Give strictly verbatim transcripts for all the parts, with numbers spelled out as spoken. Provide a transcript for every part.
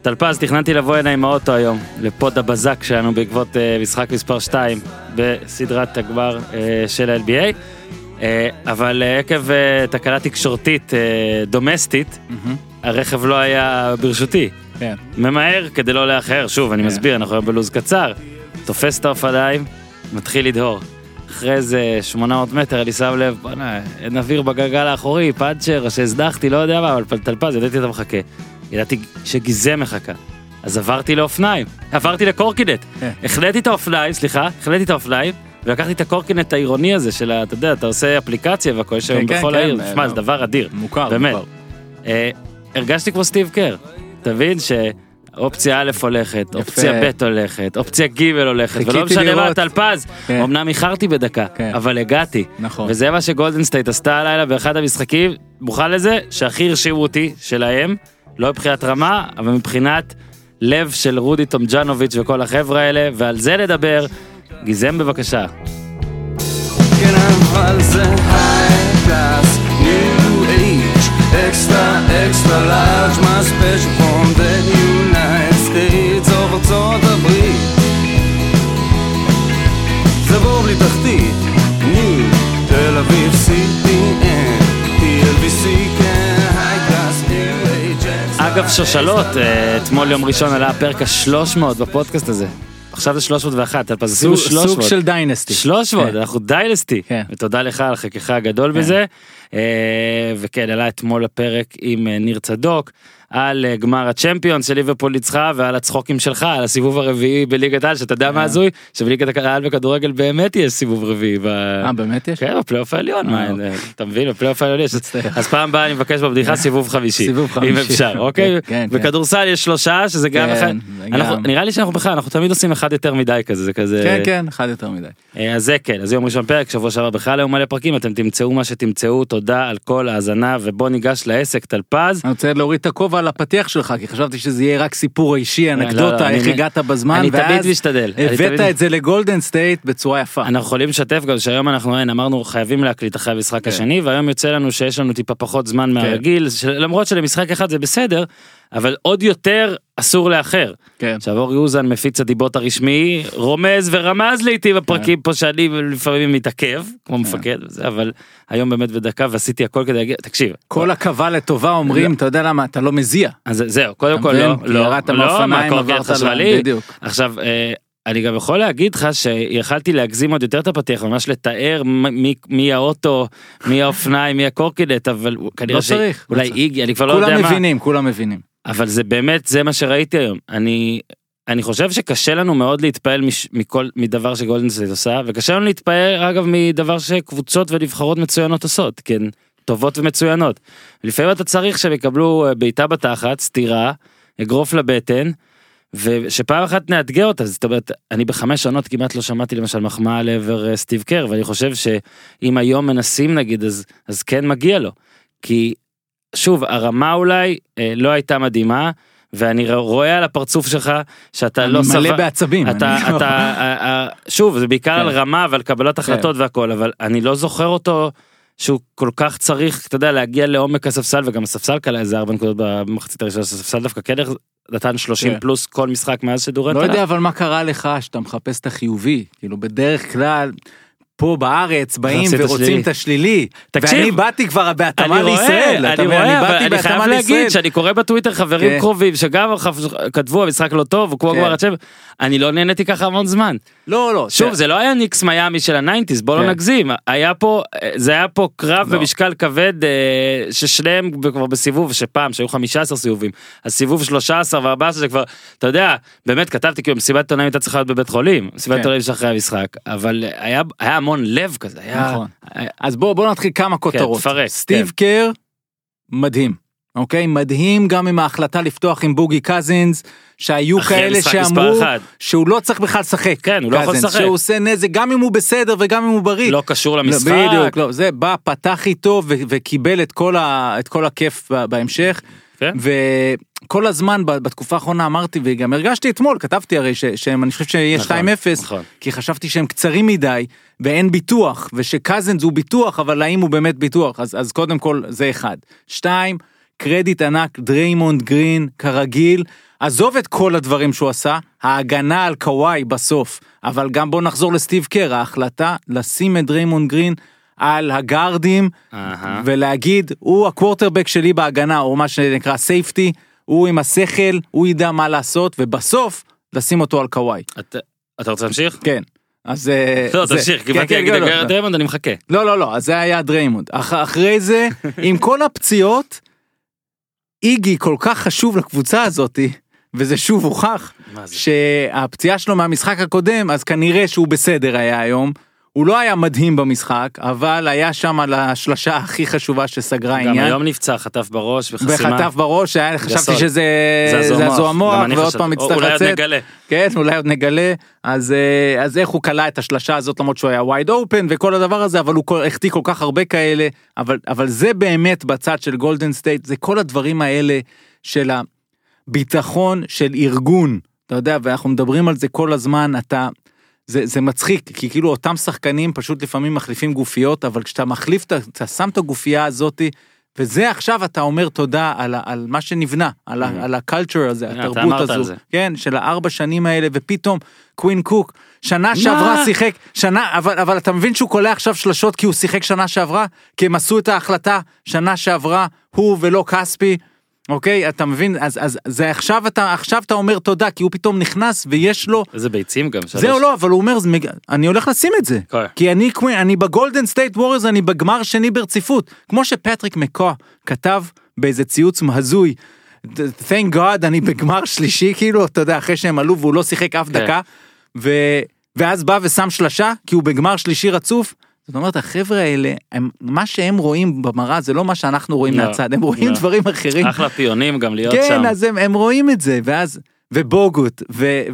טלפז, תכננתי לבוא הנה עם האוטו היום, לפוד הבזק שלנו בעקבות uh, משחק מספר שתיים בסדרת הגמר uh, של ה-אל בי איי, uh, אבל uh, עקב uh, תקלה תקשורתית uh, דומסטית, mm-hmm. הרכב לא היה ברשותי. כן. ממהר כדי לא לאחר, שוב, אני כן. מסביר, אנחנו היום בלוז קצר, תופס את האופניים, מתחיל לדהור. אחרי איזה שמונה מאות מטר, אני שם לב, בוא'נה, נביר בגלגל האחורי, פאנצ'ר, שהזדחתי, לא יודע מה, אבל טלפז, ידעתי אתה מחכה. ידעתי שגיזה מחכה. אז עברתי לאופניים, עברתי לקורקינט. החלטתי את האופניים, סליחה, החלטתי את האופניים, ולקחתי את הקורקינט העירוני הזה של, אתה יודע, אתה עושה אפליקציה והכל יש היום בכל העיר. שמע, זה דבר אדיר. מוכר, באמת. הרגשתי כמו סטיב קר. תבין שאופציה א' הולכת, אופציה ב' הולכת, אופציה ג' הולכת, ולא משנה מה, טלפז. אמנם איחרתי בדקה, אבל הגעתי. וזה מה שגולדן סטייט עשתה הלילה באחד המשחקים, מוכן לזה שהכי הרשימו אותי שלהם, לא מבחינת רמה, אבל מבחינת לב של רודי טומג'נוביץ' וכל החבר'ה האלה, ועל זה לדבר, גיזם בבקשה. כן, אבל זה high class, new age, extra, extra large, my special from the United States of ארצות הברית. זה בור בלי תחתית, new, תל אביב, סי טי אן, טי אל בי סי, כן, high class, new age, אגב שושלות, אתמול יום ראשון עלה הפרק ה-שלוש מאות בפודקאסט הזה. עכשיו זה שלוש מאות ואחת, אז עשינו שלוש מאות. סוג של דיינסטי. שלוש מאות, אנחנו דיינסטי. ותודה לך על חלקך הגדול בזה. וכן, עלה אתמול הפרק עם ניר צדוק, על גמר הצ'מפיונס של ליברפול ניצחה, ועל הצחוקים שלך, על הסיבוב הרביעי בליגת העל, שאתה יודע מה הזוי? שבליגת העל בכדורגל באמת יש סיבוב רביעי. אה, באמת יש? כן, בפלייאוף העליון, אתה מבין? בפלייאוף העליון יש. אז פעם הבאה אני מבקש בבדיחה סיבוב חמישי. סיבוב חמישי. אם אפשר, אוקיי? בכדורסל יש שלושה, שזה גם אחד. נראה לי שאנחנו בכלל, אנחנו תמיד עושים אחד יותר מדי כזה, זה כזה. כן, כן, אחד יותר מדי. אז זה כן, אז יום ראשון פרק, שבוע שעבר בכלל היום מלא פרקים, אתם תמצאו מה שתמצאו, תודה על כל ההאזנה, ובוא ניגש לעסק, טלפז. אני רוצה להוריד את הכובע על הפתיח שלך, כי חשבתי שזה יהיה רק סיפור אישי, אנקדוטה, איך הגעת בזמן, אני תמיד משתדל. הבאת את זה לגולדן סטייט בצורה יפה. אנחנו יכולים לשתף גם שהיום אנחנו אמרנו חייבים להקליט אחרי המשחק השני, והיום יוצא לנו שיש לנו טיפה פחות זמן מהרגיל, למרות שלמשחק אחד זה בסדר, אבל עוד יותר אסור לאחר. שעבור יוזן מפיץ הדיבות הרשמי, רומז ורמז לעתים בפרקים פה שאני לפעמים מתעכב, כמו מפקד, אבל היום באמת בדקה ועשיתי הכל כדי להגיע, תקשיב. כל הקווה לטובה אומרים, אתה יודע למה, אתה לא מזיע. אז זהו, קודם כל לא, לא, לא, מהקורקינט חשמלי. עכשיו, אני גם יכול להגיד לך שיכלתי להגזים עוד יותר את הפתיח, ממש לתאר מי האוטו, מי האופניים, מי הקורקינט, אבל כנראה שאולי איגי, אני כבר לא יודע מה. כולם מבינים, כולם מבינים. אבל זה באמת, זה מה שראיתי היום. אני, אני חושב שקשה לנו מאוד להתפעל מש, מכל, מדבר שגולדן סטייט עושה, וקשה לנו להתפעל, אגב, מדבר שקבוצות ונבחרות מצוינות עושות, כן, טובות ומצוינות. לפעמים אתה צריך שהם יקבלו בעיטה בתחת, סתירה, אגרוף לבטן, ושפעם אחת נאתגר אותה, זאת אומרת, אני בחמש שנות כמעט לא שמעתי למשל מחמאה לעבר סטיב קר, ואני חושב שאם היום מנסים נגיד, אז, אז כן מגיע לו, כי שוב, הרמה אולי אה, לא הייתה מדהימה, ואני רואה על הפרצוף שלך, שאתה לא סבא... אני מלא בעצבים. אתה, אתה, אתה, אה, שוב, זה בעיקר על רמה, ועל קבלת החלטות והכל, אבל אני לא זוכר אותו, שהוא כל כך צריך, אתה יודע, להגיע לעומק הספסל, וגם הספסל קלה איזה ארבע נקודות במחצית הראשונה, הספסל דווקא כדך נתן שלושים פלוס כל משחק מאז שדורנט. לא יודע, אבל מה קרה לך, שאתה מחפש את החיובי, כאילו בדרך כלל... פה בארץ באים ורוצים את השלילי, ואני באתי כבר בהתאמה לישראל, אני רואה, אני חייב להגיד שאני קורא בטוויטר חברים קרובים, שגם כתבו המשחק לא טוב, וכמו כבר הצ'ב, אני לא נהניתי ככה המון זמן. לא, לא. שוב, זה לא היה ניקס מיאמי של הניינטיז, בוא לא נגזים, היה פה, זה היה פה קרב במשקל כבד, ששניהם כבר בסיבוב, שפעם, שהיו חמישה עשר סיבובים, הסיבוב שלושה עשר וארבע עשר, שכבר, אתה יודע, באמת כתבתי, כאילו, מסיבת עיתונאים הייתה צריכה להיות בבית חולים, מסיבת עיתונאים שאחרי המשחק, אבל היה המון לב כזה, היה... נכון. אז בואו בוא נתחיל כמה כותרות. סטיב קר, מדהים. אוקיי? מדהים גם עם ההחלטה לפתוח עם בוגי קזינס, שהיו כאלה שאמרו שהוא לא צריך בכלל לשחק. כן, הוא לא יכול לשחק. שהוא עושה נזק, גם אם הוא בסדר וגם אם הוא בריא. לא קשור למשחק. בדיוק, לא. זה בא, פתח איתו וקיבל את כל ה- את כל הכיף בהמשך. כן. וכל הזמן בתקופה האחרונה אמרתי, וגם הרגשתי אתמול, כתבתי הרי שהם, אני חושב שיש שתיים אפס, נכון. כי חשבתי שהם קצרים מדי, ואין ביטוח, ושקזנס הוא ביטוח, אבל האם הוא באמת ביטוח? אז, אז קודם כל זה אחד. שתיים, קרדיט ענק, דריימונד גרין, כרגיל, עזוב את כל הדברים שהוא עשה, ההגנה על קוואי בסוף, אבל גם בוא נחזור לסטיב קר, ההחלטה לשים את דריימונד גרין על הגארדים, ולהגיד, הוא הקוורטרבק שלי בהגנה, או מה שנקרא סייפטי, הוא עם השכל, הוא ידע מה לעשות, ובסוף לשים אותו על קוואי. אתה רוצה להמשיך? כן. אז לא, תמשיך, כי באתי להגיד דריימונד, אני מחכה. לא, לא, לא, אז זה היה דריימונד. אחרי זה, עם כל הפציעות, איגי כל כך חשוב לקבוצה הזאת, וזה שוב הוכח, שהפציעה שלו מהמשחק הקודם, אז כנראה שהוא בסדר היה היום, הוא לא היה מדהים במשחק, אבל היה שם על השלשה הכי חשובה שסגרה העניין. גם היום נפצע, חטף בראש וחסימה. וחטף בראש, חשבתי שזה זעזוע המוח, ועוד פעם מצטרך לצאת. אולי עוד נגלה. כן, אולי עוד נגלה. אז, אז איך הוא קלה את השלשה הזאת, למרות שהוא היה wide open וכל הדבר הזה, אבל הוא החטיא כל כך הרבה כאלה, אבל, אבל זה באמת בצד של גולדן סטייט, זה כל הדברים האלה של הביטחון של ארגון, אתה יודע, ואנחנו מדברים על זה כל הזמן, אתה... זה, זה מצחיק, כי כאילו אותם שחקנים פשוט לפעמים מחליפים גופיות, אבל כשאתה מחליף, אתה, אתה שם את הגופייה הזאת, וזה עכשיו אתה אומר תודה על, על מה שנבנה, על, mm-hmm. על הקלצ'ר הזה, התרבות הזו, כן, של הארבע שנים האלה, ופתאום קווין קוק, שנה שעברה שיחק, שנה, אבל, אבל אתה מבין שהוא קולע עכשיו שלשות, כי הוא שיחק שנה שעברה, כי הם עשו את ההחלטה, שנה שעברה, הוא ולא כספי, אוקיי, אתה מבין, אז, אז זה עכשיו אתה, עכשיו אתה אומר תודה, כי הוא פתאום נכנס ויש לו... זה ביצים גם. זהו לא, אבל הוא אומר, אני הולך לשים את זה. כן. כי אני, אני בגולדן סטייט ווריירס, אני בגמר שני ברציפות. כמו שפטריק מקו כתב באיזה ציוץ מהזוי, thank God, אני בגמר שלישי, כאילו, אתה יודע, אחרי שהם עלו והוא לא שיחק אף כן. דקה, ו, ואז בא ושם שלשה, כי הוא בגמר שלישי רצוף, זאת אומרת, החבר'ה האלה, הם, מה שהם רואים במראה, זה לא מה שאנחנו רואים לא, מהצד, הם רואים לא. דברים אחרים. אחלה פיונים גם להיות כן, שם. כן, אז הם, הם רואים את זה, ואז, ובוגות,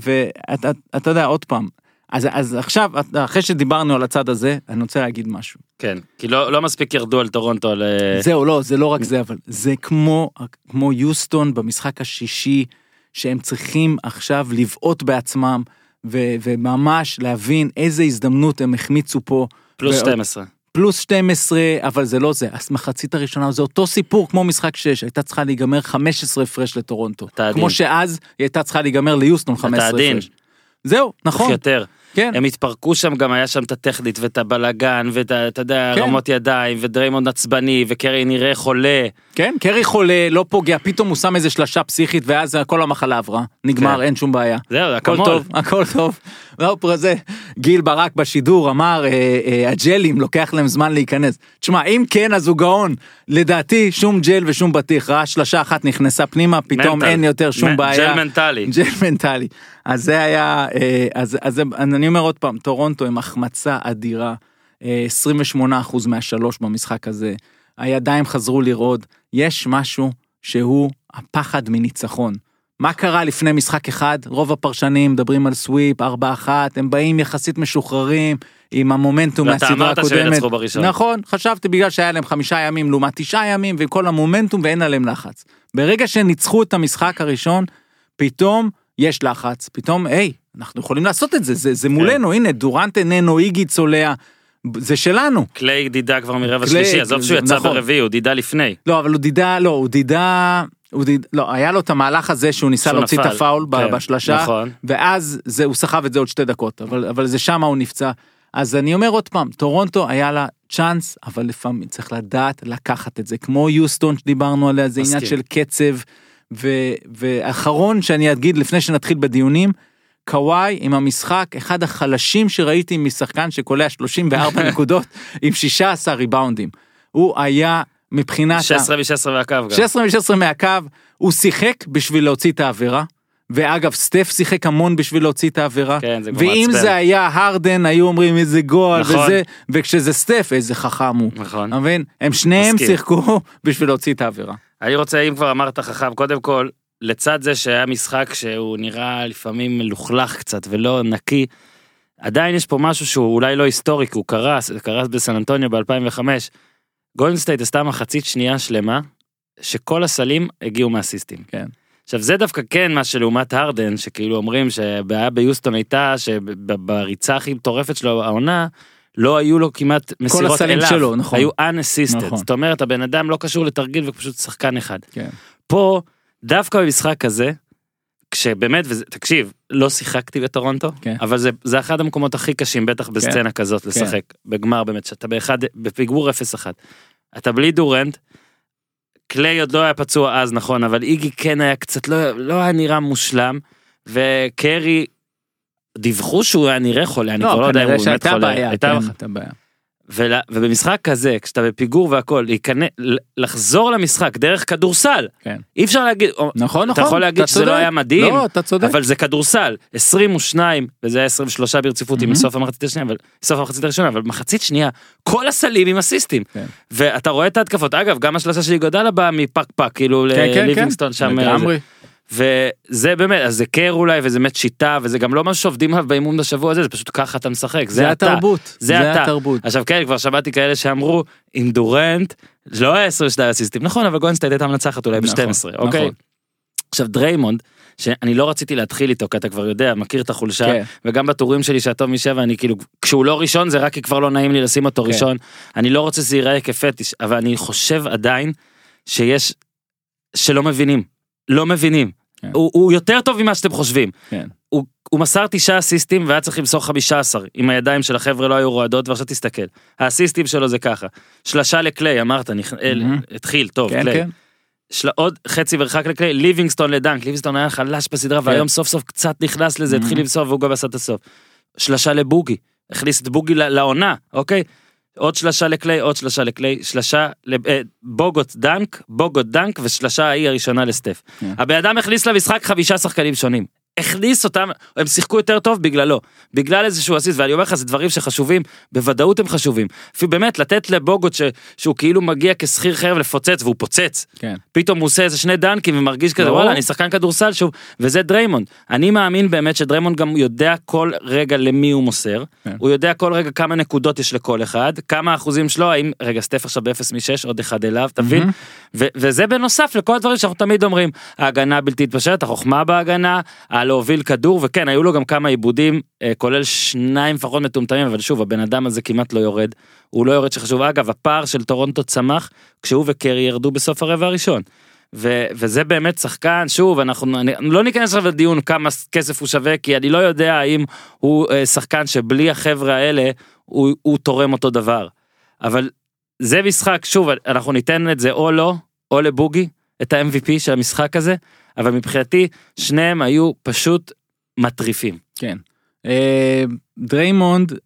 ואתה אתה יודע, עוד פעם, אז, אז עכשיו, אחרי שדיברנו על הצד הזה, אני רוצה להגיד משהו. כן, כי לא, לא מספיק ירדו על טורונטו. על... זהו, לא, זה לא רק זה, אבל זה כמו, כמו יוסטון במשחק השישי, שהם צריכים עכשיו לבעוט בעצמם, ו, וממש להבין איזה הזדמנות הם החמיצו פה, פלוס שתים עשרה. פלוס שתים עשרה, אבל זה לא זה. אז מחצית הראשונה, זה אותו סיפור כמו משחק שש, הייתה צריכה להיגמר חמש עשרה הפרש לטורונטו. כמו שאז היא הייתה צריכה להיגמר ליוסטון חמש עשרה הפרש. זהו, נכון. יותר. כן. הם התפרקו שם, גם היה שם את הטכנית ואת הבלגן, ואת, אתה יודע, כן. רמות ידיים, ודריימונד עצבני, וקרי נראה חולה. כן, קרי חולה, לא פוגע, פתאום הוא שם איזה שלשה פסיכית, ואז כל המחלה עברה, נגמר, כן. אין שום בעיה. זהו, הכל טוב, הכל טוב. והפר הזה, גיל ברק בשידור אמר, אה, אה, הג'לים לוקח להם זמן להיכנס. תשמע, אם כן, אז הוא גאון. לדעתי, שום ג'ל ושום בטיח, ראה שלשה אחת נכנסה פנימה, פתאום מנטל. אין יותר שום מ- בעיה. ג'ל מנטלי. ג'ל מנטלי. אז זה היה, אה, אז, אז אני אומר עוד פעם, טורונטו עם החמצה אדירה, אה, עשרים ושמונה אחוז מהשלוש במשחק הזה, הידיים חזרו לרעוד, יש משהו שהוא הפחד מניצחון. מה קרה לפני משחק אחד? רוב הפרשנים מדברים על סוויפ, ארבע אחת, הם באים יחסית משוחררים, עם המומנטום מהסדרה הקודמת. ואתה אמרת שינצחו בראשון. נכון, חשבתי בגלל שהיה להם חמישה ימים לעומת תשעה ימים, וכל המומנטום ואין עליהם לחץ. ברגע שניצחו את המשחק הראשון, פתאום יש לחץ, פתאום, היי, אנחנו יכולים לעשות את זה, זה, זה מולנו, הנה, דורנט איננו, איגי צולע, זה שלנו. קליי דידה כבר מרבע שלישי, עזוב שהוא יצא ברביעי, הוא דידה לפני. לא, אבל הוא דידה, לא, הוא דידה... הוא דיד... לא, היה לו את המהלך הזה שהוא ניסה להוציא נפל. את הפאול כן, בשלשה, נכון. ואז זה, הוא סחב את זה עוד שתי דקות, אבל, אבל זה שם הוא נפצע. אז אני אומר עוד פעם, טורונטו היה לה צ'אנס, אבל לפעמים צריך לדעת לקחת את זה, כמו יוסטון שדיברנו עליה, זה עניין של קצב, ו, ואחרון שאני אגיד לפני שנתחיל בדיונים, קוואי עם המשחק, אחד החלשים שראיתי משחקן שקולע שלושים וארבע נקודות, עם שישה עשר ריבאונדים. הוא היה... מבחינת... שש עשרה ו-שש עשרה מהקו גם. שש עשרה ו-שש עשרה מהקו, הוא שיחק בשביל להוציא את העבירה, ואגב, סטף שיחק המון בשביל להוציא את העבירה, כן, זה ואם זה היה הרדן, היו אומרים איזה גול, נכון. וזה, וכשזה סטף, איזה חכם הוא. נכון. מבין? הם שניהם מסכים. שיחקו בשביל להוציא את העבירה. אני רוצה, אם כבר אמרת חכם, קודם כל, לצד זה שהיה משחק שהוא נראה לפעמים מלוכלך קצת, ולא נקי, עדיין יש פה משהו שהוא אולי לא היסטורי, הוא קרס, קרס בסן אנטוניו ב-אלפיים וחמש, גולדן סטייט עשתה מחצית שנייה שלמה, שכל הסלים הגיעו מהסיסטים. כן. עכשיו זה דווקא כן מה שלעומת הרדן, שכאילו אומרים שבעיה ביוסטון הייתה, שבריצה הכי מטורפת שלו, העונה, לא היו לו כמעט מסירות אליו. כל הסלים שלו, נכון. היו unassisted. נכון. זאת אומרת, הבן אדם לא קשור לתרגיל ופשוט שחקן אחד. כן. פה, דווקא במשחק הזה, כשבאמת, תקשיב, לא שיחקתי בטורונטו, אבל זה אחד המקומות הכי קשים, בטח בסצנה כזאת לשחק, בגמר באמת, שאתה באחד, בפיגור אפס אחת, אתה בלי דורנט, קליי עוד לא היה פצוע אז, נכון, אבל איגי כן היה קצת, לא היה נראה מושלם, וקרי, דיווחו שהוא היה נראה חולה, אני כבר לא יודע אם הוא באמת חולה, הייתה בעיה. ובמשחק כזה, כשאתה בפיגור והכל, לחזור למשחק דרך כדורסל, אי אפשר להגיד, אתה יכול להגיד שזה לא היה מדהים, אבל זה כדורסל, עשרים ושתיים, וזה היה עשרים ושלוש ברציפות עם סוף המחצית השנייה, סוף המחצית הראשונה, אבל מחצית שנייה, כל הסלים עם אסיסטים, ואתה רואה את ההתקפות, אגב, גם השלושה שלי גודל הבאה מפק פק, כאילו לליבינגסטון שם, וזה באמת, אז זה קר אולי, וזה באמת שיטה, וזה גם לא משהו שעובדים עליו באימון בשבוע הזה, זה פשוט ככה אתה משחק, זה התרבות, זה התרבות. עכשיו כן, כבר שמעתי כאלה שאמרו, עם דורנט, לא היה עשרים ושתיים אסיסטים, נכון, אבל גולדן סטייט הייתה מנצחת אולי ב-שתים עשרה, אוקיי? עכשיו דריימונד, שאני לא רציתי להתחיל איתו, כי אתה כבר יודע, מכיר את החולשה, וגם בטורים שלי שהטוב משבע, אני כאילו, כשהוא לא ראשון, זה רק כי כבר לא נעים לי לשים אותו ראשון, אני לא רוצה שזה ייראה כפטיש, אבל אני חושב עדיין שיש, שלא מבינים, לא מבינים. הוא, הוא יותר טוב ממה שאתם חושבים. הוא, הוא מסר תשעה אסיסטים, והיה צריך למסור חמישה עשר, עם הידיים של החבר'ה לא היו רועדות, ועכשיו תסתכל. האסיסטים שלו זה ככה. שלשה לקליי, אמרת, התחיל, טוב, קליי. עוד חצי ורחק לקליי, ליבינגסטון לדנק, ליבינגסטון היה חלש בסדרה, והיום סוף סוף קצת נכנס לזה, התחיל למסור, והוא גם עשה את הסוף. שלשה לבוגי, הכניס את בוגי לעונה, אוקיי? עוד שלשה לקליי, עוד שלשה לקליי, שלשה לבוגות דנק, בוגות דנק, ושלשה ההיא הראשונה לסטף. הבן אדם הכניס למשחק חמישה שחקנים שונים. הכניס אותם, הם שיחקו יותר טוב בגללו, בגלל איזשהו אסיס, ואני אומר לך, זה דברים שחשובים, בוודאות הם חשובים. אפילו באמת, לתת לבוגות ש, שהוא כאילו מגיע כשכיר חרב לפוצץ, והוא פוצץ. כן. פתאום הוא עושה איזה שני דנקים, ומרגיש כזה, וואלה, אני שחקן כדורסל שוב, וזה דריימונד. אני מאמין באמת שדריימונד גם יודע כל רגע למי הוא מוסר, כן. הוא יודע כל רגע כמה נקודות יש לכל אחד, כמה אחוזים שלו, האם, רגע, סטף עכשיו ב-אפס משש, עוד אחד אליו, תבין? Mm-hmm. ו- וזה בנוסף לכל הדברים שאנחנו תמיד אומרים, ההגנה בלתי התפשרת, החוכמה בהגנה, להוביל כדור, וכן, היו לו גם כמה עיבודים, כולל שניים לפחות מטומטמים, אבל שוב, הבן אדם הזה כמעט לא יורד, הוא לא יורד שחשוב, אגב, הפער של טורונטו צמח, כשהוא וקרי ירדו בסוף הרבע הראשון, ו- וזה באמת שחקן, שוב, אנחנו אני, לא ניכנס עכשיו לדיון כמה כסף הוא שווה, כי אני לא יודע האם הוא שחקן שבלי החבר'ה האלה, הוא, הוא תורם אותו דבר, אבל זה משחק, שוב, אנחנו ניתן את זה או לא, או לבוגי, את ה-אם וי פי של המשחק הזה, אבל מבחינתי, שניהם היו פשוט מטריפים. כן. דריימונד,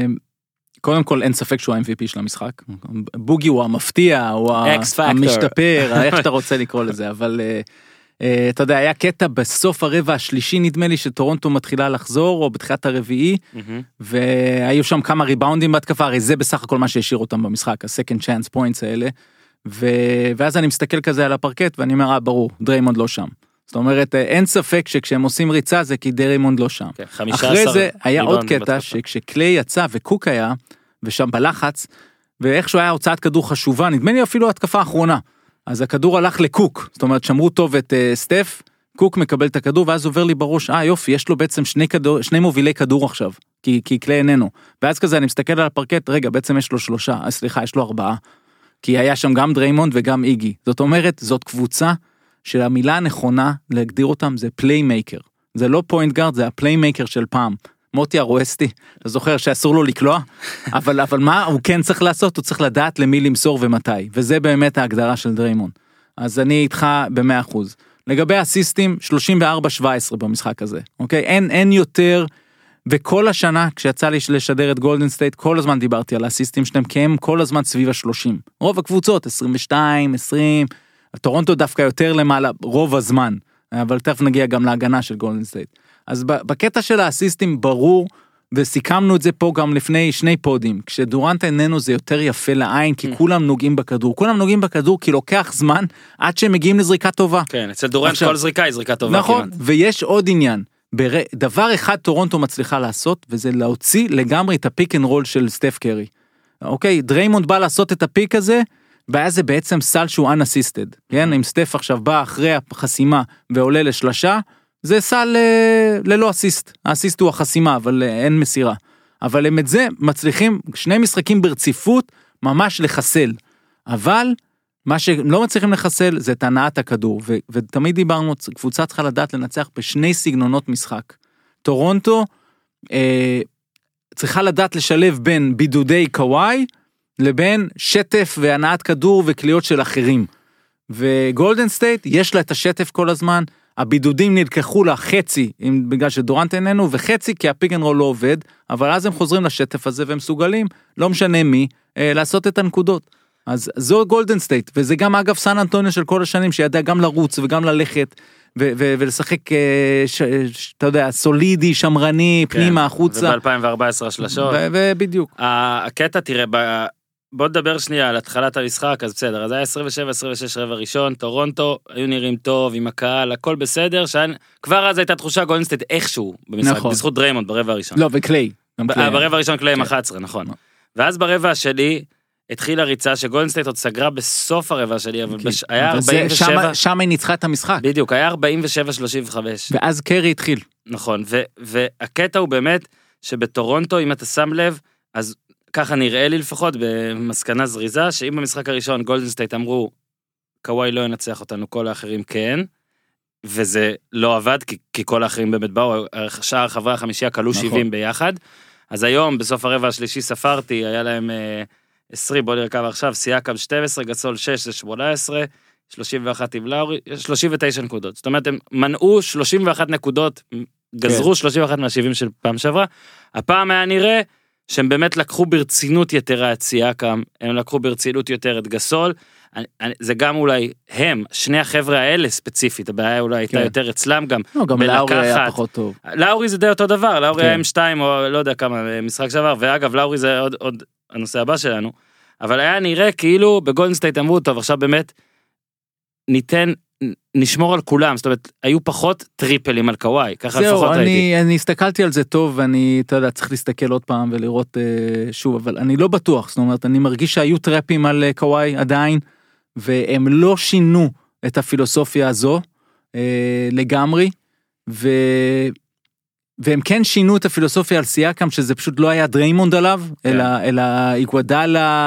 קודם כל אין ספק שהוא ה-אם וי פי של המשחק. בוגי הוא המפתיע, הוא המשתפר, איך שאתה רוצה לקרוא לזה, אבל אתה יודע, היה קטע בסוף הרבע השלישי, נדמה לי שטורונטו מתחילה לחזור, או בתחילת הרביעי, והיו שם כמה ריבאונדים בהתקפה, הרי זה בסך הכל מה שהשאיר אותם במשחק, ה-second chance points האלה, ו... ואז אני מסתכל כזה על הפרקט, ואני אומר, אה, ברור, דריימונד לא שם. זאת אומרת, אין ספק שכשהם עושים ריצה, זה כי דריימונד לא שם. כן, אחרי זה, היה עוד קטע, שכשקליי יצא, וקוק היה, ושם בלחץ, ואיכשהו היה הוצאת כדור חשובה, נדמה לי אפילו התקפה האחרונה, אז הכדור הלך לקוק, זאת אומרת, שמרו טוב את uh, סטף, קוק מקבל את הכדור, ואז עובר לי בראש, אה, יופי, יש לו בעצם שני, כדור, שני מובילי כדור עכשיו, כי, כי קליי איננו. ואז כזה, אני מסתכל על הפרקט, רגע, בעצם יש לו שלושה, סליחה, יש לו ארבעה. כי היה שם גם דריימונד וגם איגי. זאת אומרת, זאת קבוצה שהמילה הנכונה להגדיר אותם זה פליימייקר. זה לא פוינט גארד, זה הפליימייקר של פעם. מוטי הרואסטי, אתה זוכר שאסור לו לקלוע? אבל, אבל מה הוא כן צריך לעשות? הוא צריך לדעת למי למסור ומתי. וזה באמת ההגדרה של דריימונד. אז אני איתך ב-מאה אחוז. לגבי הסיסטים, שלושים וארבע שבע עשרה במשחק הזה. אוקיי? אין, אין יותר... וכל השנה, כשיצא לי לשדר את גולדן סטייט, כל הזמן דיברתי על הסיסטים שלהם, כי הם כל הזמן סביב ה-שלושים. רוב הקבוצות, עשרים ושתיים, עשרים, טורונטו דווקא יותר למעלה, רוב הזמן, אבל תכף נגיע גם להגנה של גולדן סטייט. אז בקטע של הסיסטים ברור, וסיכמנו את זה פה גם לפני שני פודים, כשדורנט איננו זה יותר יפה לעין, כי כולם נוגעים בכדור, כולם נוגעים בכדור כי לוקח זמן, עד שהם מגיעים לזריקה טובה. כן, אצל דורנט כל זריקה היא זריקה טובה. נכון, ויש עוד עניין. דבר אחד טורונטו מצליחה לעשות, וזה להוציא לגמרי את הפיק אנד רול של סטף קרי. אוקיי, דריימונד בא לעשות את הפיק הזה, ואז זה בעצם סל שהוא unassisted. כן, אם סטף עכשיו בא אחרי החסימה ועולה לשלשה, זה סל ללא אסיסט. האסיסט הוא החסימה, אבל אין מסירה. אבל הם את זה מצליחים, שני משחקים ברציפות, ממש לחסל. אבל מה שלא מצליחים לחסל זה את הנעת הכדור, ו- ותמיד דיברנו, קבוצה צריכה לדעת לנצח בשני סגנונות משחק. טורונטו אה, צריכה לדעת לשלב בין בידודי קוואי, לבין שטף והנעת כדור וקליות של אחרים. וגולדן סטייט, יש לה את השטף כל הזמן, הבידודים נלקחו לה חצי, בגלל שדורנט איננו, וחצי כי הפיק אנד רול לא עובד, אבל אז הם חוזרים לשטף הזה, והם מסוגלים, לא משנה מי, אה, לעשות את הנקודות. אז זו גולדן סטייט, וזה גם אגב סן אנטוניו של כל השנים, שידע גם לרוץ וגם ללכת, ו- ו- ולשחק, ש- ש- אתה יודע, סולידי, שמרני, כן, פנימה, החוצה. וב-אלפיים וארבע עשרה השלשות. ובדיוק. הקטע, תראה, ב... בוא נדבר שנייה על התחלת המשחק, אז בסדר, אז היה עשרים ושבע עשרים ושש רבע ראשון, טורונטו, היו נראים טוב, עם הקהל, הכל בסדר, שאני... כבר אז הייתה תחושה גולדן סטייט איכשהו במשחק, נכון. בזכות דריימונד ברבע הראשון. לא, וקליי. ב- ברבע הראשון קליי עם אחת עשרה, נכון. ואז ברבע השני, התחילה ריצה שגולדן סטייט עוד סגרה בסוף הרבע שלי, אבל בש... היה ארבעים ושבע... שם היא ניצחה את המשחק. בדיוק, היה ארבעים ושבע שלושים וחמש. ואז קרי התחיל. נכון, ו... והקטע הוא באמת, שבטורונטו, אם אתה שם לב, אז ככה נראה לי לפחות, במסקנה זריזה, שאם במשחק הראשון גולדן סטייט אמרו, קוואי לא ינצח אותנו, כל האחרים כן, וזה לא עבד, כי, כי כל האחרים באמת באו, שער חברי החמישי הקלו נכון. שבעים ביחד, אז היום, בסוף הרבע השלישי ספרתי, היה להם אה, עשרים, בוא נרקב עכשיו, סייקם שתים עשרה, גסול שש, זה שמונה עשרה, שלושים ואחת עם לאורי, שלושים ותשע נקודות. זאת אומרת, הם מנעו שלושים ואחת נקודות, גזרו כן. שלושים ואחת מהשבעים של פעם שעברה. הפעם היה נראה שהם באמת לקחו ברצינות יתרה את סייקם, הם לקחו ברצינות יותר את גסול, זה גם אולי הם, שני החבר'ה האלה ספציפית, הבעיה אולי הייתה כן. יותר אצלם גם, לא, גם לאורי היה פחות טוב. לאורי זה די אותו דבר, לאורי כן. היה עם שתיים או לא יודע כמה משחק שעבר, ואגב לאורי זה עוד, עוד הנושא הבא שלנו, אבל היה נראה כאילו בגולדן סטייט אמרו טוב, עכשיו באמת ניתן, נשמור על כולם, זאת אומרת, היו פחות טריפלים על קוואי, ככה זהו, לפחות אני, ראיתי. אני הסתכלתי על זה טוב, ואני, אתה יודע, צריך להסתכל עוד פעם ולראות אה, שוב, אבל אני לא בטוח, זאת אומרת, אני מרגיש שהיו טראפים על אה, קוואי עדיין, והם לא שינו את הפילוסופיה הזו אה, לגמרי, ו... והם כן שינו את הפילוסופיה על סייקם, שזה פשוט לא היה דריימונד עליו, כן. אלא, אלא איגוודלה,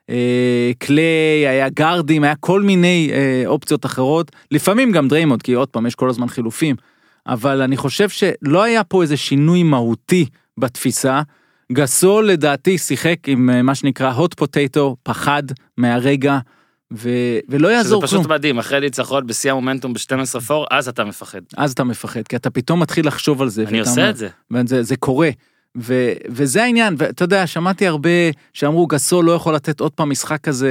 אה, קליי, היה גארדים, היה כל מיני אה, אופציות אחרות, לפעמים גם דריימונד, כי עוד פעם יש כל הזמן חילופים, אבל אני חושב שלא היה פה איזה שינוי מהותי בתפיסה, גסול לדעתי שיחק עם מה שנקרא hot potato, פחד מהרגע, ו... ולא יעזור כלום. שזה פשוט מדהים, אחרי ניצחון בשיא המומנטום ב-שתים עשרה פור, אז אתה מפחד. אז אתה מפחד, כי אתה פתאום מתחיל לחשוב על זה. אני עושה אומר, את זה. וזה, זה קורה. ו... וזה העניין, ואתה יודע, שמעתי הרבה שאמרו, גסול לא יכול לתת עוד פעם משחק כזה,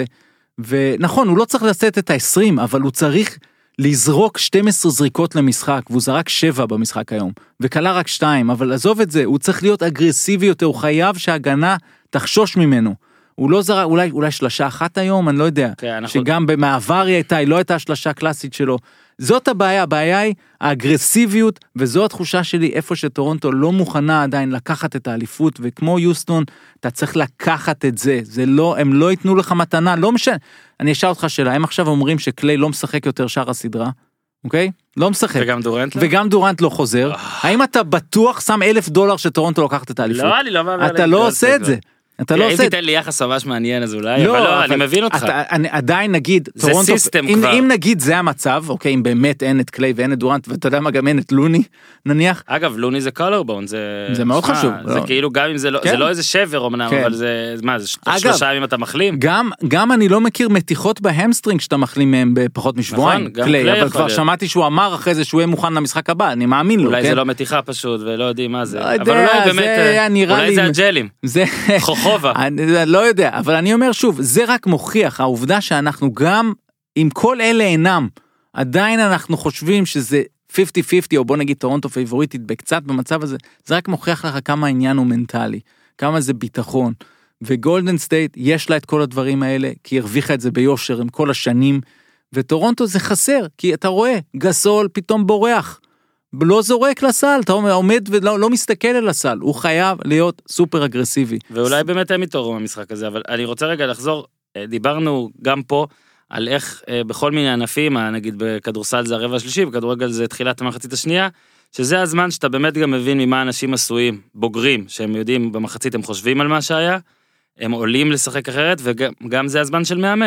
ונכון, הוא לא צריך לתת את ה-עשרים, אבל הוא צריך לזרוק שתים עשרה זריקות למשחק, והוא זרק שבע במשחק היום, וכלה רק שתיים, אבל עזוב את זה, הוא צריך להיות אגרסיבי יותר, הוא חייב שההגנה תחשוש ממנו. הוא לא זרק, אולי, אולי שלשה אחת היום, אני לא יודע, okay, אנחנו... שגם במעבר היא הייתה, היא לא הייתה השלשה הקלאסית שלו. זאת הבעיה, הבעיה היא האגרסיביות, וזו התחושה שלי, איפה שטורונטו לא מוכנה עדיין לקחת את האליפות, וכמו יוסטון, אתה צריך לקחת את זה, זה לא, הם לא ייתנו לך מתנה, לא משנה. אני אשאל אותך שאלה, הם עכשיו אומרים שקליי לא משחק יותר שער הסדרה, אוקיי? לא משחק. וגם דורנט לא? וגם דורנט לא חוזר. האם אתה בטוח שם אלף דולר שטורונטו לוקחת את האליפות? לא, אני לא מאמין. אתה לא עושה את זה. אתה לא עושה... אם תיתן לי יחס ממש מעניין אז אולי, אבל לא, אני מבין אותך. עדיין נגיד, זה סיסטם כבר. אם נגיד זה המצב, אוקיי, אם באמת אין את קליי ואין את דורנט, ואתה יודע מה, גם אין את לוני, נניח. אגב, לוני זה קולרבון, זה מאוד חשוב. זה כאילו גם אם זה לא איזה שבר אמנם, אבל זה, מה, זה שלושה ימים אתה מחלים? גם אני לא מכיר מתיחות בהמסטרינג שאתה מחלים מהם בפחות משבועיים, קליי, אבל כבר שמעתי שהוא אמר אחרי זה שהוא יהיה מוכן למשחק הבא, אני מאמין לו. אולי זה לא מתיחה פשוט, ולא יודעים מה זה. אבל אולי באמת, אולי זה הג'לים. חוכובה. לא יודע, אבל אני אומר שוב, זה רק מוכיח, העובדה שאנחנו גם, עם כל אלה אינם, עדיין אנחנו חושבים שזה חמישים חמישים, או בוא נגיד טורונטו פייבוריטית בקצת במצב הזה, זה רק מוכיח לך כמה העניין הוא מנטלי, כמה זה ביטחון, וגולדן סטייט יש לה את כל הדברים האלה, כי הרוויחה את זה ביושר עם כל השנים, וטורונטו זה חסר, כי אתה רואה, גסול פתאום בורח, לא זורק לסל, אתה עומד ולא לא מסתכל על הסל, הוא חייב להיות סופר אגרסיבי. ואולי באמת הם יתעוררו במשחק הזה, אבל אני רוצה רגע לחזור, דיברנו גם פה, על איך בכל מיני ענפים, נגיד בכדורסל זה הרבע השלישי, בכדורגל זה תחילת המחצית השנייה, שזה הזמן שאתה באמת גם מבין ממה אנשים עשויים, בוגרים, שהם יודעים במחצית הם חושבים על מה שהיה, הם עולים לשחק אחרת, וגם זה הזמן של מאמן.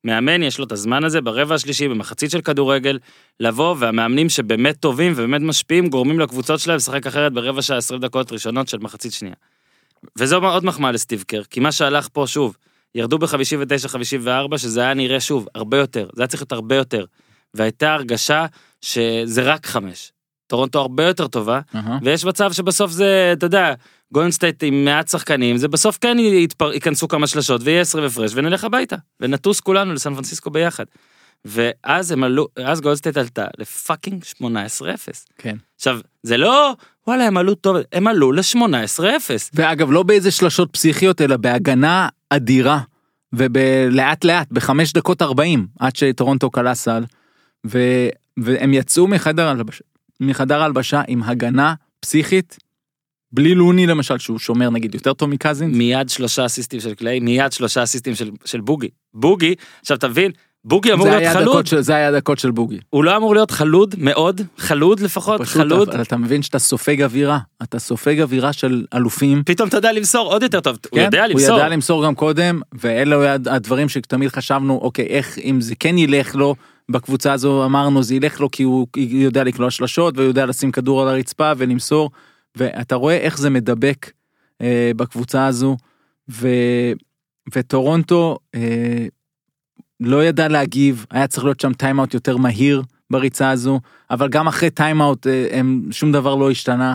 מאמן יש לו את הזמן הזה ברבע השלישי, במחצית של כדורגל, לבוא, והמאמנים שבאמת טובים ובאמת משפיעים, גורמים לקבוצות שלהם לשחק אחרת ברבע שעה עשרים דקות ראשונות של מחצית שנייה. וזו עוד מחמאה לסטיב קר, כי מה שהלך פה שוב, ירדו ב-חמישים ותשע חמישים וארבע, שזה היה נראה שוב, הרבה יותר, זה היה צריך להיות הרבה יותר, והייתה הרגשה שזה רק חמש. טורונטו הרבה יותר טובה, uh-huh. ויש מצב שבסוף זה, אתה יודע, גולדן סטייט עם מעט שחקנים, זה בסוף כן יתפר, ייכנסו כמה שלשות, ויהיה עשרה ופרש, ונלך הביתה, ונטוס כולנו לסן פרנסיסקו ביחד. ואז הם עלו, אז גולדן סטייט עלתה לפאקינג שמונה עשרה אפס. כן. עכשיו, זה לא, וואלה, הם עלו טוב, הם עלו ל-שמונה עשרה אפס. ואגב, לא באיזה שלשות פסיכיות, אלא בהגנה אדירה, ובלאט לאט, בחמש דקות ארבעים, עד שטורונטו קלה סל, ו... והם יצאו מחדר הלבשה, מחדר הלבשה עם הגנה פסיכית, בלי לוני למשל, שהוא שומר נגיד יותר טוב מקזינס. מיד שלושה אסיסטים של קליי, מיד שלושה אסיסטים של, של בוגי. בוגי, עכשיו תבין, בוגי אמור להיות חלוד. של, זה היה הדקות של בוגי. הוא לא אמור להיות חלוד מאוד, חלוד לפחות, פשוט, חלוד. אבל אתה מבין שאתה סופג אווירה, אתה סופג אווירה של אלופים. פתאום אתה יודע למסור עוד יותר טוב, כן? הוא יודע למסור. הוא ידע למסור גם קודם, ואלו הדברים שתמיד חשבנו, אוקיי, איך אם זה כן ילך לו, בקבוצה הזו אמרנו זה ילך לו כי הוא יודע לקלוע שלשות והוא יודע לשים כדור על הרצפה ולמסור, ואתה רואה איך זה מדבק אה, בקבוצה הזו, ו, וטורונטו אה, לא ידע להגיב, היה צריך להיות שם טיימאוט יותר מהיר בריצה הזו, אבל גם אחרי טיימאוט אה, הם, שום דבר לא השתנה.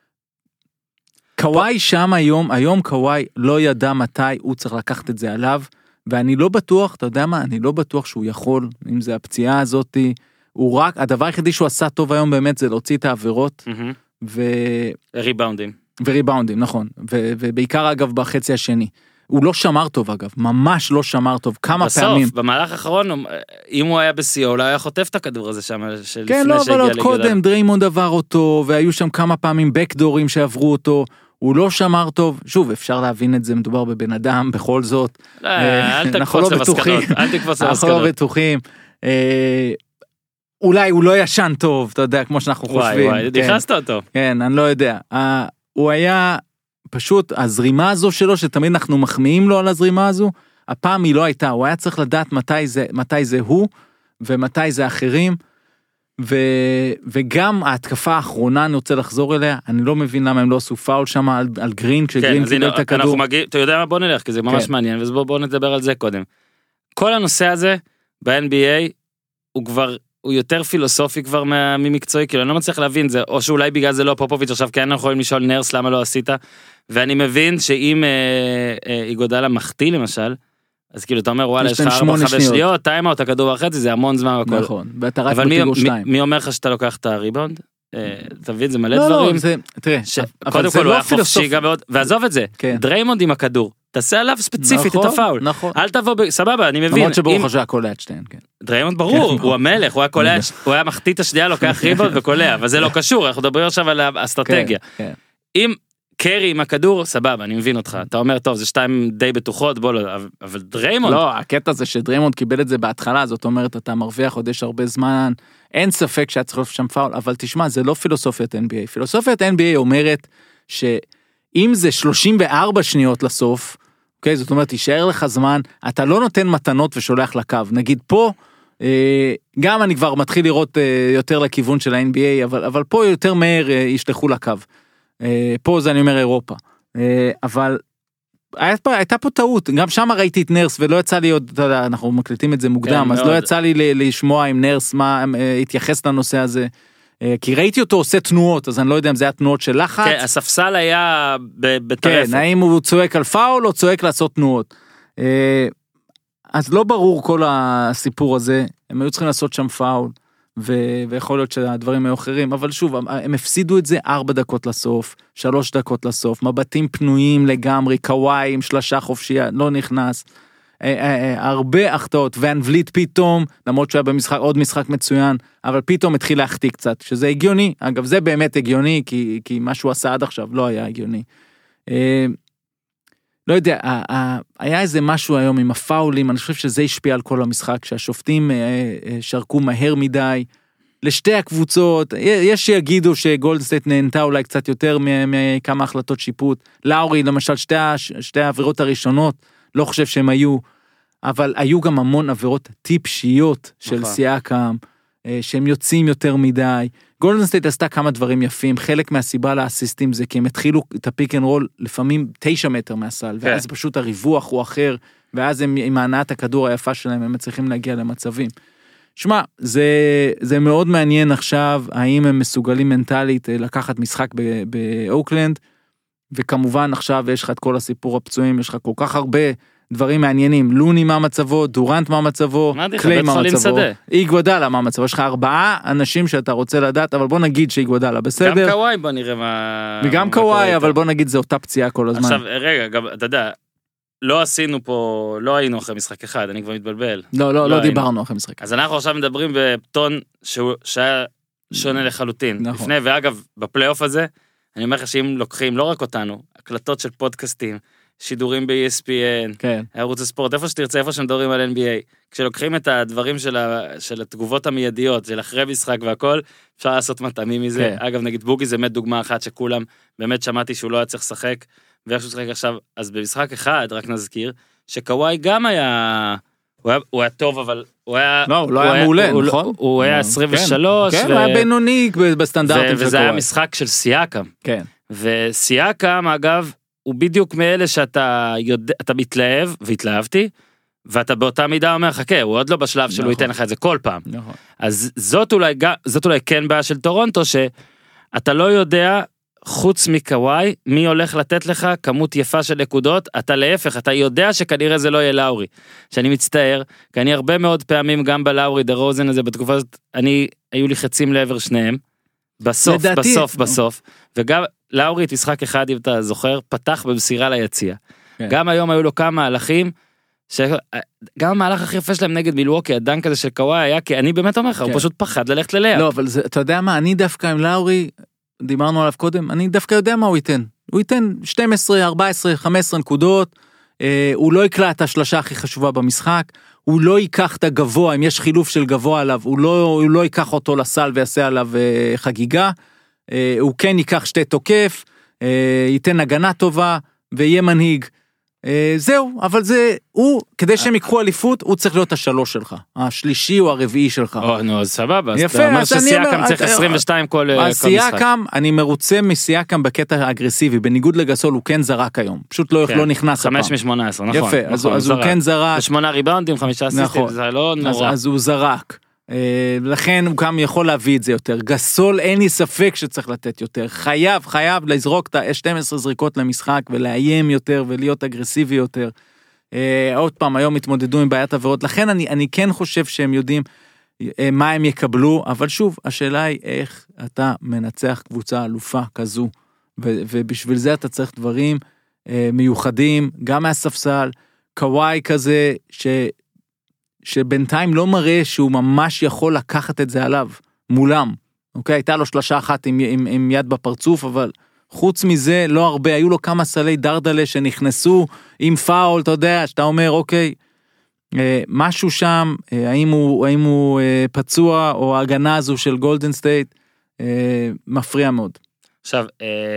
קוואי שם היום, היום קוואי לא ידע מתי הוא צריך לקחת את זה עליו, ואני לא בטוח, אתה יודע מה, אני לא בטוח שהוא יכול, אם זה הפציעה הזאת, הוא רק, הדבר היחידי שהוא עשה טוב היום באמת זה להוציא את העבירות, ו... ריבאונדים. וריבאונדים, נכון, ו... ובעיקר אגב בחצי השני. הוא לא שמר טוב אגב, ממש לא שמר טוב, כמה בסוף, פעמים. בסוף, במהלך האחרון, אם הוא היה בסיוע, אולי היה חוטף את הכדור הזה שם, של כן, לא, אבל עוד קודם, דריימונד עבר אותו, והיו שם כמה פעמים בקדורים שעברו אותו, הוא לא שמר טוב, שוב, אפשר להבין את זה, מדובר בבן אדם, בכל זאת. לא, אל תקפוץ למסקנות, אל תקפוץ למסקנות. אנחנו לא בטוחים. אולי הוא לא ישן טוב, אתה יודע, כמו שאנחנו חושבים. וואי, וואי, דיחסת אותו. כן, אני לא יודע. הוא היה, פשוט, הזרימה הזו שלו, שתמיד אנחנו מחמיאים לו על הזרימה הזו, הפעם היא לא הייתה, הוא היה צריך לדעת מתי זה, מתי זה הוא, ומתי זה אחרים, ו, וגם ההתקפה האחרונה, אני רוצה לחזור אליה, אני לא מבין למה הם לא עשו פאול שם על, על גרין, כשגרין כן, קיבל את הכדור. מגיע, אתה יודע מה, בוא נלך, כי זה ממש כן. מעניין, אז בוא, בוא נדבר על זה קודם. כל הנושא הזה, ב-אן בי איי, הוא כבר, הוא יותר פילוסופי כבר ממקצועי, כאילו אני לא מצליח להבין זה, או שאולי בגלל זה לא פופוביץ' עכשיו, כי אנחנו יכולים לשאול נרס למה לא עשית, ואני מבין שאם אה, אה, איגודלה מחטיא למשל, אז כאילו אתה אומר וואלה יש לך ארבע חמש שניות, טיימה אותה כדור החצי, זה המון זמן הכל. נכון, ואתה רק בפיגור שתיים. מי אומר לך שאתה לוקח את הריבאונד? אתה מבין, זה מלא דברים. תראה, קודם כל הוא היה חופשי גם מאוד, ועזוב את זה, דריימונד עם הכדור, תעשה עליו ספציפית את הפאול. אל תבוא, סבבה, אני מבין. למרות שברוך השעה קולע שתיהן, כן. דריימונד ברור, הוא המלך, הוא היה קולע, הוא היה מחטיא את השנייה, לוקח ריבאונד וקולע, אבל זה לא קשור, אנחנו מדברים עכשיו על האסטרטגיה. אם קרי עם הכדור, סבבה, אני מבין אותך. אתה אומר, טוב, זה שתיים די בטוחות, בוא לא, אבל דריימונד... לא, הקטע זה שדריימונד קיבל את זה בהתחלה, זאת אומרת, אתה מרוויח עוד יש הרבה זמן, אין ספק שהיה צריך שם פאול, אבל תשמע, זה לא פילוסופיית אן בי איי. פילוסופיית אן בי איי אומרת שאם זה שלושים וארבע שניות לסוף, אוקיי, זאת אומרת, תישאר לך זמן, אתה לא נותן מתנות ושולח לקו. נגיד פה, גם אני כבר מתחיל לראות יותר לכיוון של ה-אן בי איי, אבל, אבל פה יותר מהר ישלחו לקו. פה זה אני אומר אירופה, אבל הייתה פה טעות, גם שם ראיתי את נרס ולא יצא לי עוד, אנחנו מקליטים את זה מוקדם, אז לא יצא לי לשמוע עם נרס מה התייחס לנושא הזה, כי ראיתי אותו עושה תנועות, אז אני לא יודע אם זה היה תנועות של לחץ. כן, הספסל היה בטרפת. כן, האם הוא צועק על פאול או צועק לעשות תנועות. אז לא ברור כל הסיפור הזה, הם היו צריכים לעשות שם פאול. ו- ויכול להיות שהדברים היו אחרים, אבל שוב, הם הפסידו את זה ארבע דקות לסוף, שלוש דקות לסוף, מבטים פנויים לגמרי, קוואי עם שלשה חופשייה, לא נכנס, הרבה החטאות, ואן וליט פתאום, למרות שהוא היה במשחק, עוד משחק מצוין, אבל פתאום התחיל להחטיא קצת, שזה הגיוני, אגב זה באמת הגיוני, כי, כי מה שהוא עשה עד עכשיו לא היה הגיוני. לא יודע, היה איזה משהו היום עם הפאולים, אני חושב שזה השפיע על כל המשחק, שהשופטים שרקו מהר מדי, לשתי הקבוצות, יש שיגידו שגולדן סטייט נהנתה אולי קצת יותר מכמה החלטות שיפוט, לאורי למשל שתי, שתי העבירות הראשונות, לא חושב שהם היו, אבל היו גם המון עבירות טיפשיות של סייקם, שהם יוצאים יותר מדי. גולדן סטייט עשתה כמה דברים יפים, חלק מהסיבה לאסיסטים זה כי הם התחילו את הפיק אנד רול לפעמים תשע מטר מהסל, ואז פשוט הריווח הוא אחר, ואז הם, עם הענעת הכדור היפה שלהם, הם מצליחים להגיע למצבים. שמע, זה, זה מאוד מעניין עכשיו, האם הם מסוגלים מנטלית לקחת משחק באוקלנד, וכמובן עכשיו יש לך את כל הסיפור הפצועים, יש לך כל כך הרבה דברים מעניינים, לוני מה מצבו, דורנט מה מצבו, קליי מה מצבו, איגוודאלה מה מצבו, יש לך ארבעה אנשים שאתה רוצה לדעת, אבל בוא נגיד שאיגוודאלה בסדר. גם קוואי בוא נראה מה... וגם קוואי, אבל בוא נגיד זה אותה פציעה כל הזמן. עכשיו, רגע, גם, אתה יודע, לא עשינו פה, לא היינו אחרי משחק אחד, אני כבר מתבלבל. לא, לא, לא דיברנו אחרי משחק. אז אנחנו עכשיו מדברים בפטון שהיה שונה לחלוטין. לפני, ואגב, בפלייאוף הזה, אני אומר לך שאם לוקחים לא רק אותנו, הקלטות של פודקאסטים, שידורים ב-E S P N, כן. ערוץ הספורט, איפה שתרצה, איפה שמדברים על N B A, כשלוקחים את הדברים של, ה, של התגובות המיידיות, של אחרי משחק והכל, אפשר לעשות מטעמים מזה. כן. אגב, נגיד בוגי זה באמת דוגמה אחת שכולם, באמת שמעתי שהוא לא היה צריך לשחק, ואיך שהוא שחק עכשיו, אז במשחק אחד, רק נזכיר, שקוואי גם היה, הוא היה, הוא היה טוב, אבל הוא היה... לא, הוא לא היה מעולה, נכון? הוא היה עשרים ושלוש. כן, הוא היה בינוני בסטנדרטים של קוואי. וזה היה משחק של סייקם. כן. וסייקם, אגב, הוא בדיוק מאלה שאתה יודע, אתה מתלהב, והתלהבתי, ואתה באותה מידה אומר, חכה, הוא עוד לא בשלב שלו ייתן לך את זה כל פעם. נכון. אז זאת אולי, זאת אולי כן בעיה של טורונטו, שאתה לא יודע, חוץ מקוואי, מי הולך לתת לך כמות יפה של נקודות, אתה להפך, אתה יודע שכנראה זה לא יהיה לאורי. שאני מצטער, כי אני הרבה מאוד פעמים גם בלאורי, דרוזן הזה, בתקופה הזאת, אני, היו לי חצים לעבר שניהם, בסוף, לדעתי... בסוף, בסוף, וגם לאורי את משחק אחד, אם אתה זוכר, פתח במסירה ליציאה. כן. גם היום היו לו כמה מהלכים, שגם המהלך הכי יפה שלהם נגד מילווקי, הדן כזה של קוואי היה, כי אני באמת אומר לך, כן. הוא פשוט פחד ללכת ללאה. לא, אבל זה, אתה יודע מה, אני דווקא עם לאורי, דיברנו עליו קודם, אני דווקא יודע מה הוא ייתן. הוא ייתן שתים עשרה, ארבע עשרה, חמש עשרה נקודות, אה, הוא לא יקלע את השלשה הכי חשובה במשחק, הוא לא ייקח את הגבוה, אם יש חילוף של גבוה עליו, הוא לא, הוא לא ייקח אותו לסל ויעשה עליו אה, חגיגה, אה, הוא כן ייקח שתי תוקף, אה, ייתן הגנה טובה, ויהיה מנהיג. זהו, אבל זה, הוא, כדי שהם יקחו אליפות, הוא צריך להיות השלוש שלך, השלישי או הרביעי שלך. או, נו, אז סבבה, אז אתה אומר שסייקם צריך עשרים ושתיים כל משחק. סייקם, אני מרוצה מסייקם בקטע האגרסיבי, בניגוד לגסול, הוא כן זרק היום, פשוט לא נכנס הפעם. חמש משמונה עשרה, נכון. יפה, אז הוא כן זרק. ושמונה ריבאונדים, חמישה אסיסטים, זה לא נורא. אז הוא זרק. לכן הוא גם יכול להביא את זה יותר. גסול אין לי ספק שצריך לתת יותר. חייב, חייב לזרוק את ה-שתים עשרה זריקות למשחק ולאיים יותר ולהיות אגרסיבי יותר. עוד פעם, היום התמודדו עם בעיית עבירות. לכן אני, אני כן חושב שהם יודעים מה הם יקבלו, אבל שוב, השאלה היא איך אתה מנצח קבוצה אלופה כזו, ו- ובשביל זה אתה צריך דברים מיוחדים, גם מהספסל, קוואי כזה ש... שבינתיים לא מראה שהוא ממש יכול לקחת את זה עליו, מולם. אוקיי, הייתה לו שלושה אחת עם, עם, עם יד בפרצוף, אבל חוץ מזה לא הרבה, היו לו כמה סלי דרדלה שנכנסו עם פאול, אתה יודע, שאתה אומר, אוקיי, משהו שם, האם הוא, האם הוא פצוע, או ההגנה הזו של גולדן סטייט, מפריע מאוד. עכשיו,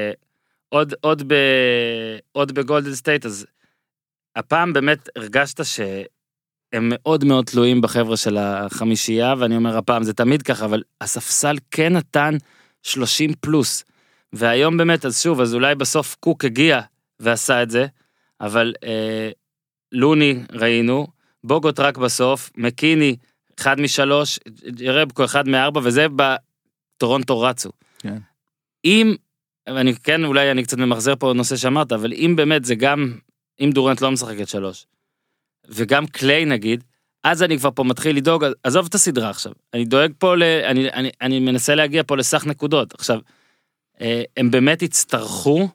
עוד, עוד, ב, עוד בגולדן סטייט, אז הפעם באמת הרגשת ש... הם מאוד מאוד תלויים בחבר'ה של החמישייה, ואני אומר הפעם זה תמיד ככה, אבל הספסל כן נתן שלושים פלוס, והיום באמת, אז שוב, אז אולי בסוף קוק הגיע ועשה את זה, אבל אה, לוני ראינו, בוגוט רק בסוף, מקיני אחד משלוש, רבקו אחד מארבע, וזה בטורונטו רצו. כן. אם, ואני כן, אולי אני קצת ממחזר פה נושא שאמרת, אבל אם באמת זה גם, אם דורנט לא משחק את שלוש, וגם קליי נגיד, אז אני כבר פה מתחיל לדאוג, עזוב את הסדרה עכשיו, אני דואג פה, ל, אני, אני, אני מנסה להגיע פה לסך נקודות, עכשיו, הם באמת הצטרכו,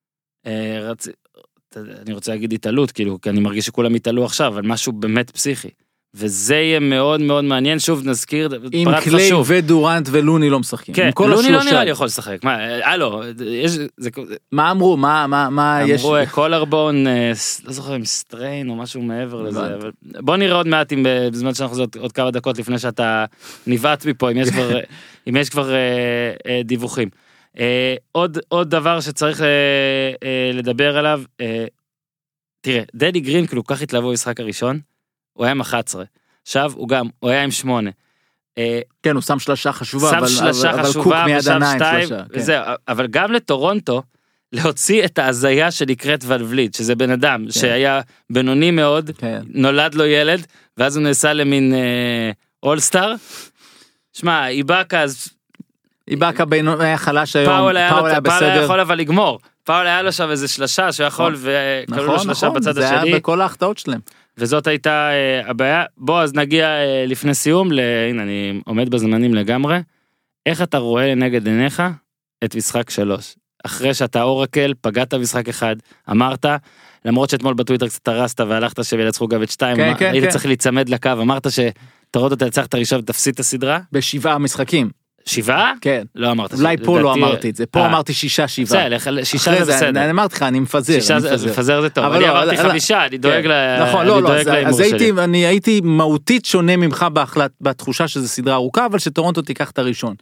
רצ... אני רוצה להגיד התעלות, כאילו, כי אני מרגיש שכולם התעלו עכשיו, אבל משהו באמת פסיכי, וזה יהיה מאוד מאוד מעניין, שוב נזכיר, עם קליי ודורנט ולוני לא משחקים. כן, לוני לא נראה לי יכול לשחק, מה, הלו, יש, זה... מה אמרו, מה, מה, מה יש? אמרו קולרבון, לא זוכר אם סטריין או משהו מעבר לזה, אבל בוא נראה עוד מעט, בזמן שאנחנו חוזרים עוד כמה דקות לפני שאתה נבעט מפה, אם יש כבר, אם יש כבר דיווחים. עוד, עוד דבר שצריך לדבר עליו, תראה, דדי גרין כאילו כך התלהבו במשחק הראשון, הוא היה עם אחת עשרה. עכשיו הוא גם, הוא היה עם שמונה. כן, הוא שם שלושה חשובה, שם אבל, שלושה אבל, חשובה, אבל קוק מיד עיניים שתיים, שלושה. כן. וזה, אבל גם לטורונטו, להוציא את ההזיה שנקראת ולבליט, שזה בן אדם כן. שהיה בינוני מאוד, כן. נולד לו ילד, ואז הוא נעשה למין אה, אולסטאר. שמע, איבאקה אז... איבאקה היה חלש היום, פאול היה, פאול היה בסדר. בסדר. פאול היה יכול אבל לגמור. פאול היה לו שם איזה שלשה שהוא יכול, וקראו לו שלשה נכון, בצד זה השני. זה היה בכל ההחטאות שלהם. וזאת הייתה אה, הבעיה. בוא, אז נגיע אה, לפני סיום, ל... הנה, אני עומד בזמנים לגמרי. איך אתה רואה לנגד עיניך את משחק שלוש? אחרי שאתה אורקל, פגעת משחק אחד, אמרת, למרות שאתמול בטוויטר קצת הרסת והלכת שילצחו גם את שתיים, כן, כן, היית כן. צריך להיצמד לקו, אמרת שתראות אותה לצח את הראשון ותפסיד את הסדרה? בשבעה משחקים. שבעה? כן. לא אמרת. אולי פה לא אמרתי את זה, פה אמרתי שישה, שבעה. בסדר, שישה זה בסדר. אני אמרתי לך, אני מפזר. שישה זה טוב, אני אמרתי חמישה, אני דואג להימור שלי. אני הייתי מהותית שונה ממך בתחושה שזה סדרה ארוכה, אבל שטורונטו תיקח את הראשון.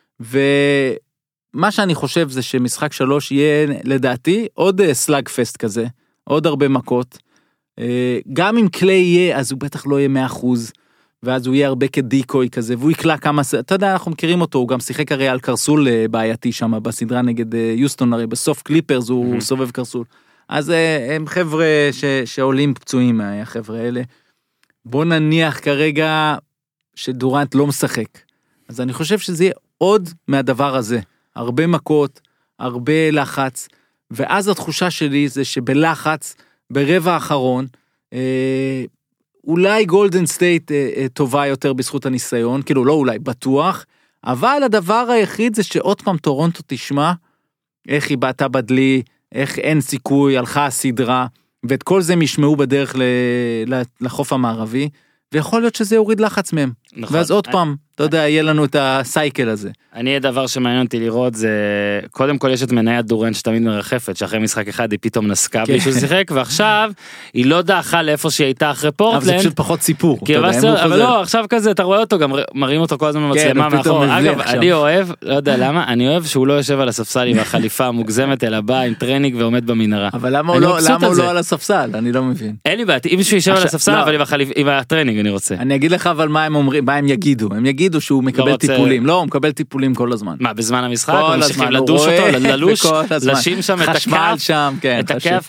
ומה שאני חושב זה שמשחק שלוש יהיה לדעתי עוד סלאג פסט כזה, עוד הרבה מכות. גם אם קליי יהיה, אז הוא בטח לא יהיה מאה אחוז. ואז הוא יהיה הרבה כדיקוי כזה, והוא יקלע כמה, אתה יודע, אנחנו מכירים אותו, הוא גם שיחק הרי על קרסול בעייתי שם, בסדרה נגד יוסטון, הרי בסוף קליפרס הוא סובב קרסול. אז הם חבר'ה ש, שעולים פצועים, החבר'ה האלה. בוא נניח כרגע שדורנט לא משחק. אז אני חושב שזה יהיה עוד מהדבר הזה. הרבה מכות, הרבה לחץ, ואז התחושה שלי זה שבלחץ, ברבע האחרון, אה, אולי גולדן סטייט אה, אה, טובה יותר בזכות הניסיון, כאילו לא אולי, בטוח, אבל הדבר היחיד זה שעוד פעם טורונטו תשמע, איך היא באתה בדלי, איך אין סיכוי, הלכה הסדרה, ואת כל זה משמעו בדרך ל, לחוף המערבי, ויכול להיות שזה יוריד לחץ מהם. נכון. ואז עוד אני... פעם, אתה יודע, יהיה לנו את הסייקל הזה. אני, הדבר שמעניין אותי לראות זה, קודם כל יש את מניית דורנט שתמיד מרחפת, שאחרי משחק אחד היא פתאום נסקה בלי שהוא שיחק, ועכשיו היא לא דאחה לאיפה שהיא הייתה אחרי פורטלנד. אבל זה פשוט פחות סיפור. אבל לא, עכשיו כזה, אתה רואה אותו, גם מראים אותו כל הזמן במצלמה מאחור. אגב, אני אוהב, לא יודע למה, אני אוהב שהוא לא יושב על הספסל עם החליפה המוגזמת, אלא בא עם טרנינג ועומד במנהרה. אבל למה הוא לא על הספסל? אני לא מבין. אין לי בעיה, אם שהוא יושב על הספסל, אבל עם הטרנינג אני רוצה. אני אגיד לך אבל מה הם אומרים, מה הם יגידו. הם יגידו שהוא מקבל טיפולים. לא, הוא מקבל טיפולים כל הזמן. מה, בזמן המשחק? הוא ממשיכים לדוש אותו, ללוש, לשים שם את הכף, את הכף.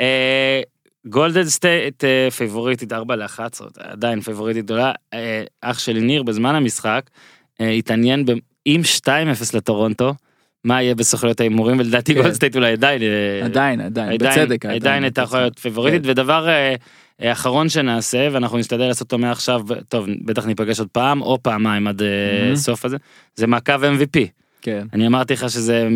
גולדן סטייט פייבוריטית ארבע לאחת עשרה, עדיין פייבוריטית גדולה. אח שלי ניר בזמן המשחק התעניין עם שתיים אפס לטורונטו, מה יהיה בסוכנויות ההימורים, ולדעתי גולדן סטייט אולי עדיין, עדיין, עדיין, בצדק, עדיין הייתה יכולה להיות פייבוריטית, ודבר האחרון שנעשה, ואנחנו נשתדל לעשות אותו מעכשיו, טוב, בטח ניפגש עוד פעם, או פעמיים עד סוף הזה, זה מעקב אם וי פי. כן. אני אמרתי לך שזה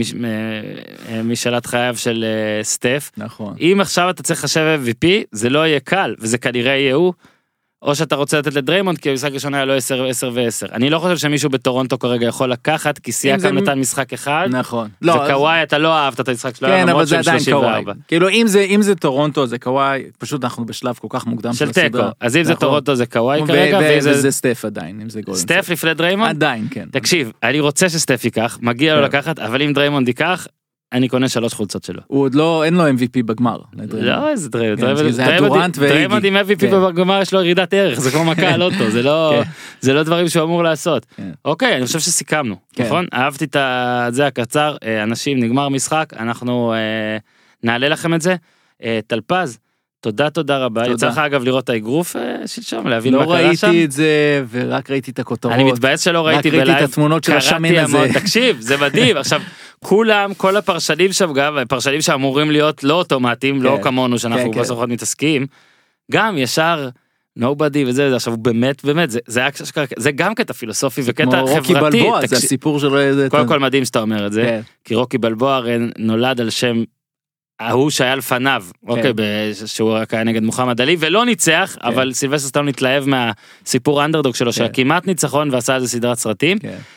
משאלת חייו של סטף. נכון. אם עכשיו אתה צריך לחשב אם וי פי, זה לא יהיה קל, וזה כנראה יהיה הוא, או שאתה רוצה לתת לדריימונד, כי המשחק ראשון היה לא עשר ועשר. אני לא חושב שמישהו בטורונטו כרגע יכול לקחת, כי סייקם נתן משחק אחד. נכון. וקוואי, אתה לא אהבת את המשחק שלו, כן, אבל זה עדיין קוואי. כאילו, אם זה טורונטו, זה קוואי, פשוט אנחנו בשלב כל כך מוקדם של הסדרה. של טקו. אז אם זה טורונטו, זה קוואי כרגע, וזה סטף עדיין, אם זה גולדן. סטף לפני דריימונד? עדיין, כן. תקשיב, אני רוצה שסטף ייקח, מגיע לו לקחת, אבל אם דריימונד ייקח, אני קונה שלוש חולצות שלו. הוא עוד לא, אין לו אם וי פי בגמר. לא, איזה דריימונד. דריימונד עם אם וי פי בגמר יש לו ירידת ערך, זה כמו מכה על אוטו, זה לא דברים שהוא אמור לעשות. אוקיי, אני חושב שסיכמנו, נכון? אהבתי את זה הקצר, אנשים, נגמר משחק, אנחנו נעלה לכם את זה. טלפז, תודה, תודה רבה. יצא לך אגב לראות את האגרוף שלשום, להבין מה קרה שם. לא ראיתי את זה, ורק ראיתי את הכותרות. אני מתבאס שלא ראיתי בלייב. רק ראיתי את התמונות של השמן הזה. תקשיב, זה מדהים. עכשיו, כולם, כל הפרשנים שם גם, הפרשנים שאמורים להיות לא אוטומטיים, לא כמונו שאנחנו בסופו מתעסקים, גם ישר nobody וזה, וזה עכשיו באמת, באמת, זה גם קטע פילוסופי וקטע חברתי. רוקי בלבוע, זה הסיפור שלו. קודם כל מדהים שאתה אומר את זה, כי רוקי בלבוע נולד על שם ההוא שהיה לפניו, אוקיי, שהוא רק היה נגד מוחמד עלי, ולא ניצח, אבל סילבסטר סטלון התלהב מהסיפור האנדרדוג שלו, של כמעט ניצחון, ועשה על זה סדרת סרטים,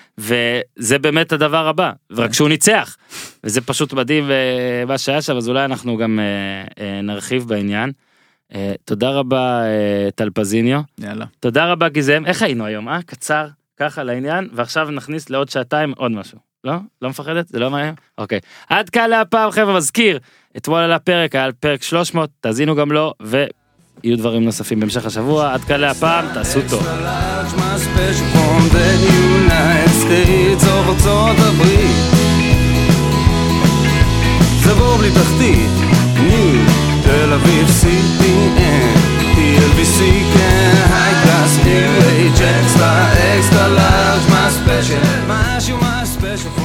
וזה באמת הדבר הבא, ורק שהוא ניצח, וזה פשוט מדהים מה שהיה שם, אז אולי אנחנו גם נרחיב בעניין. תודה רבה טלפזיניו, תודה רבה גיזם, איך היינו היום, אה? קצר, ככה לעניין, ועכשיו נכניס לעוד שעתיים עוד משהו. לא? לא מפחדת? זה לא מעניין? אוקיי. עד כאן להפעם, חבר'ה, מזכיר, אתמול על הפרק, היה על פרק שלוש מאות, תאזינו גם לו, יהיו דברים נוספים בהמשך השבוע, עד כאן להפעם, תעשו טוב. זה בור בלי תחתית, ניו, תל אביב, סי פי אן, טי אל בי סי, כן, היי קלאס, ניו אייג', אקסטרה, אקסטרה לארג', מה ספיישל, משהו מה ספיישל